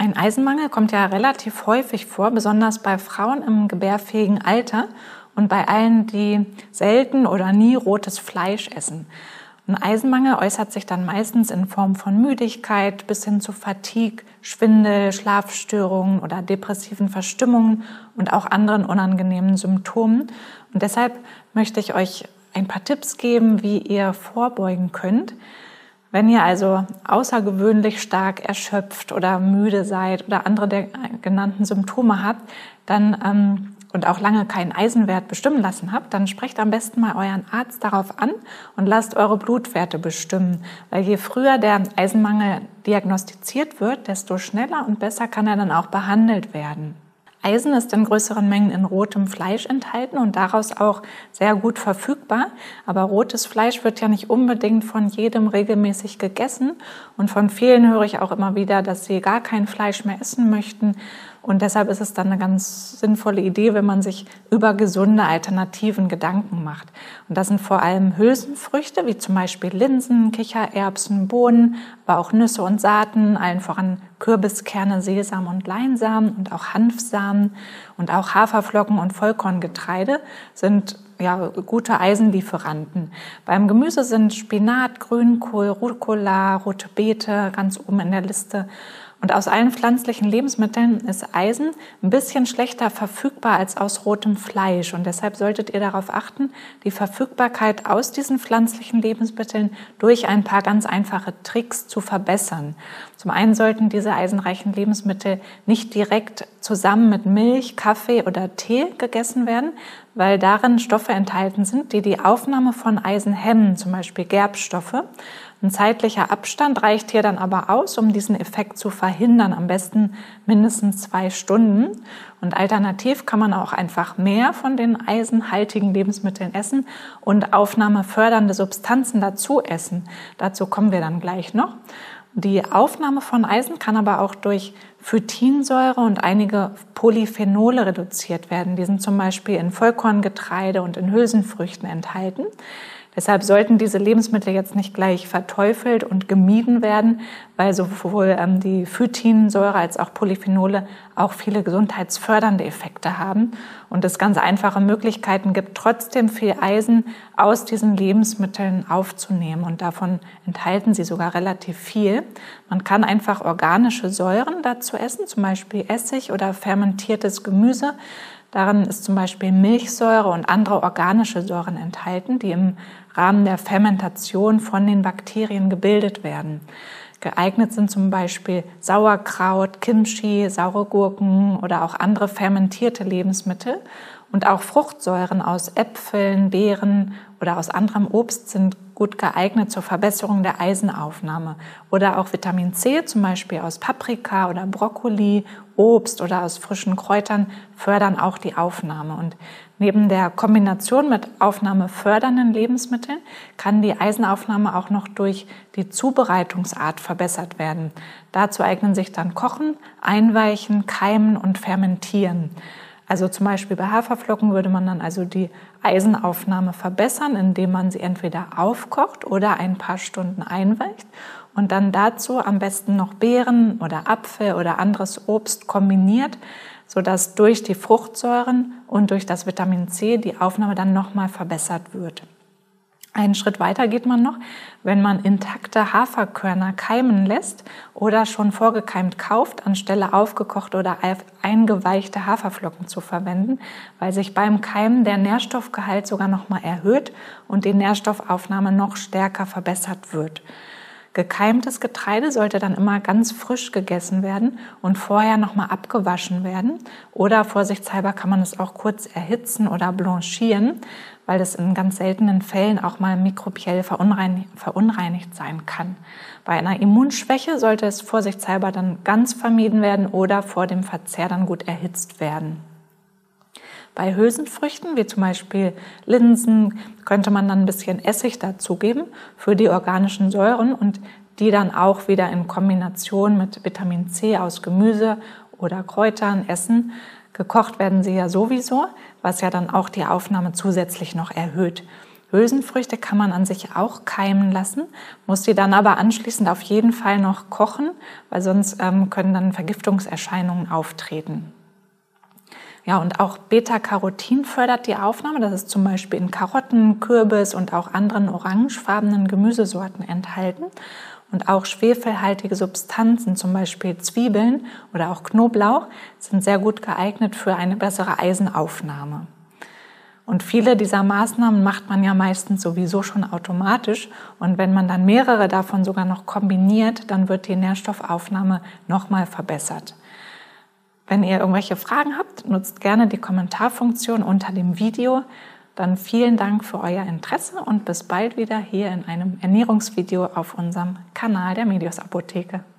Ein Eisenmangel kommt ja relativ häufig vor, besonders bei Frauen im gebärfähigen Alter und bei allen, die selten oder nie rotes Fleisch essen. Ein Eisenmangel äußert sich dann meistens in Form von Müdigkeit bis hin zu Fatigue, Schwindel, Schlafstörungen oder depressiven Verstimmungen und auch anderen unangenehmen Symptomen. Und deshalb möchte ich euch ein paar Tipps geben, wie ihr vorbeugen könnt. Wenn ihr also außergewöhnlich stark erschöpft oder müde seid oder andere der genannten Symptome habt, dann und auch lange keinen Eisenwert bestimmen lassen habt, dann sprecht am besten mal euren Arzt darauf an und lasst eure Blutwerte bestimmen. Weil je früher der Eisenmangel diagnostiziert wird, desto schneller und besser kann er dann auch behandelt werden. Eisen ist in größeren Mengen in rotem Fleisch enthalten und daraus auch sehr gut verfügbar. Aber rotes Fleisch wird ja nicht unbedingt von jedem regelmäßig gegessen. Und von vielen höre ich auch immer wieder, dass sie gar kein Fleisch mehr essen möchten. Und deshalb ist es dann eine ganz sinnvolle Idee, wenn man sich über gesunde Alternativen Gedanken macht. Und das sind vor allem Hülsenfrüchte, wie zum Beispiel Linsen, Kichererbsen, Bohnen, aber auch Nüsse und Saaten, allen voran Kürbiskerne, Sesam und Leinsamen und auch Hanfsamen und auch Haferflocken und Vollkorngetreide sind gute Eisenlieferanten. Beim Gemüse sind Spinat, Grünkohl, Rucola, rote Beete ganz oben in der Liste. Und aus allen pflanzlichen Lebensmitteln ist Eisen ein bisschen schlechter verfügbar als aus rotem Fleisch. Und deshalb solltet ihr darauf achten, die Verfügbarkeit aus diesen pflanzlichen Lebensmitteln durch ein paar ganz einfache Tricks zu verbessern. Zum einen sollten diese eisenreichen Lebensmittel nicht direkt zusammen mit Milch, Kaffee oder Tee gegessen werden, weil darin Stoffe enthalten sind, die die Aufnahme von Eisen hemmen, zum Beispiel Gerbstoffe. Ein zeitlicher Abstand reicht hier dann aber aus, um diesen Effekt zu verhindern, am besten mindestens 2 Stunden. Und alternativ kann man auch einfach mehr von den eisenhaltigen Lebensmitteln essen und aufnahmefördernde Substanzen dazu essen. Dazu kommen wir dann gleich noch. Die Aufnahme von Eisen kann aber auch durch Phytinsäure und einige Polyphenole reduziert werden. Die sind zum Beispiel in Vollkorngetreide und in Hülsenfrüchten enthalten. Deshalb sollten diese Lebensmittel jetzt nicht gleich verteufelt und gemieden werden, weil sowohl die Phytinsäure als auch Polyphenole auch viele gesundheitsfördernde Effekte haben und es ganz einfache Möglichkeiten gibt, trotzdem viel Eisen aus diesen Lebensmitteln aufzunehmen. Und davon enthalten sie sogar relativ viel. Man kann einfach organische Säuren dazu essen, zum Beispiel Essig oder fermentiertes Gemüse. Darin ist zum Beispiel Milchsäure und andere organische Säuren enthalten, die im Rahmen der Fermentation von den Bakterien gebildet werden. Geeignet sind zum Beispiel Sauerkraut, Kimchi, saure Gurken oder auch andere fermentierte Lebensmittel. Und auch Fruchtsäuren aus Äpfeln, Beeren oder aus anderem Obst sind gut geeignet zur Verbesserung der Eisenaufnahme. Oder auch Vitamin C, zum Beispiel aus Paprika oder Brokkoli, Obst oder aus frischen Kräutern, fördern auch die Aufnahme. Und neben der Kombination mit aufnahmefördernden Lebensmitteln kann die Eisenaufnahme auch noch durch die Zubereitungsart verbessert werden. Dazu eignen sich dann Kochen, Einweichen, Keimen und Fermentieren. Also zum Beispiel bei Haferflocken würde man dann also die Eisenaufnahme verbessern, indem man sie entweder aufkocht oder ein paar Stunden einweicht und dann dazu am besten noch Beeren oder Apfel oder anderes Obst kombiniert, sodass durch die Fruchtsäuren und durch das Vitamin C die Aufnahme dann nochmal verbessert wird. Einen Schritt weiter geht man noch, wenn man intakte Haferkörner keimen lässt oder schon vorgekeimt kauft, anstelle aufgekocht oder eingeweichte Haferflocken zu verwenden, weil sich beim Keimen der Nährstoffgehalt sogar nochmal erhöht und die Nährstoffaufnahme noch stärker verbessert wird. Gekeimtes Getreide sollte dann immer ganz frisch gegessen werden und vorher nochmal abgewaschen werden. Oder vorsichtshalber kann man es auch kurz erhitzen oder blanchieren, weil es in ganz seltenen Fällen auch mal mikrobiell verunreinigt sein kann. Bei einer Immunschwäche sollte es vorsichtshalber dann ganz vermieden werden oder vor dem Verzehr dann gut erhitzt werden. Bei Hülsenfrüchten, wie zum Beispiel Linsen, könnte man dann ein bisschen Essig dazugeben für die organischen Säuren und die dann auch wieder in Kombination mit Vitamin C aus Gemüse oder Kräutern essen. Gekocht werden sie ja sowieso, was ja dann auch die Aufnahme zusätzlich noch erhöht. Hülsenfrüchte kann man an sich auch keimen lassen, muss die dann aber anschließend auf jeden Fall noch kochen, weil sonst können dann Vergiftungserscheinungen auftreten. Ja, und auch Beta-Carotin fördert die Aufnahme. Das ist zum Beispiel in Karotten, Kürbis und auch anderen orangefarbenen Gemüsesorten enthalten. Und auch schwefelhaltige Substanzen, zum Beispiel Zwiebeln oder auch Knoblauch, sind sehr gut geeignet für eine bessere Eisenaufnahme. Und viele dieser Maßnahmen macht man ja meistens sowieso schon automatisch. Und wenn man dann mehrere davon sogar noch kombiniert, dann wird die Nährstoffaufnahme nochmal verbessert. Wenn ihr irgendwelche Fragen habt, nutzt gerne die Kommentarfunktion unter dem Video. Dann vielen Dank für euer Interesse und bis bald wieder hier in einem Ernährungsvideo auf unserem Kanal der Medios Apotheke.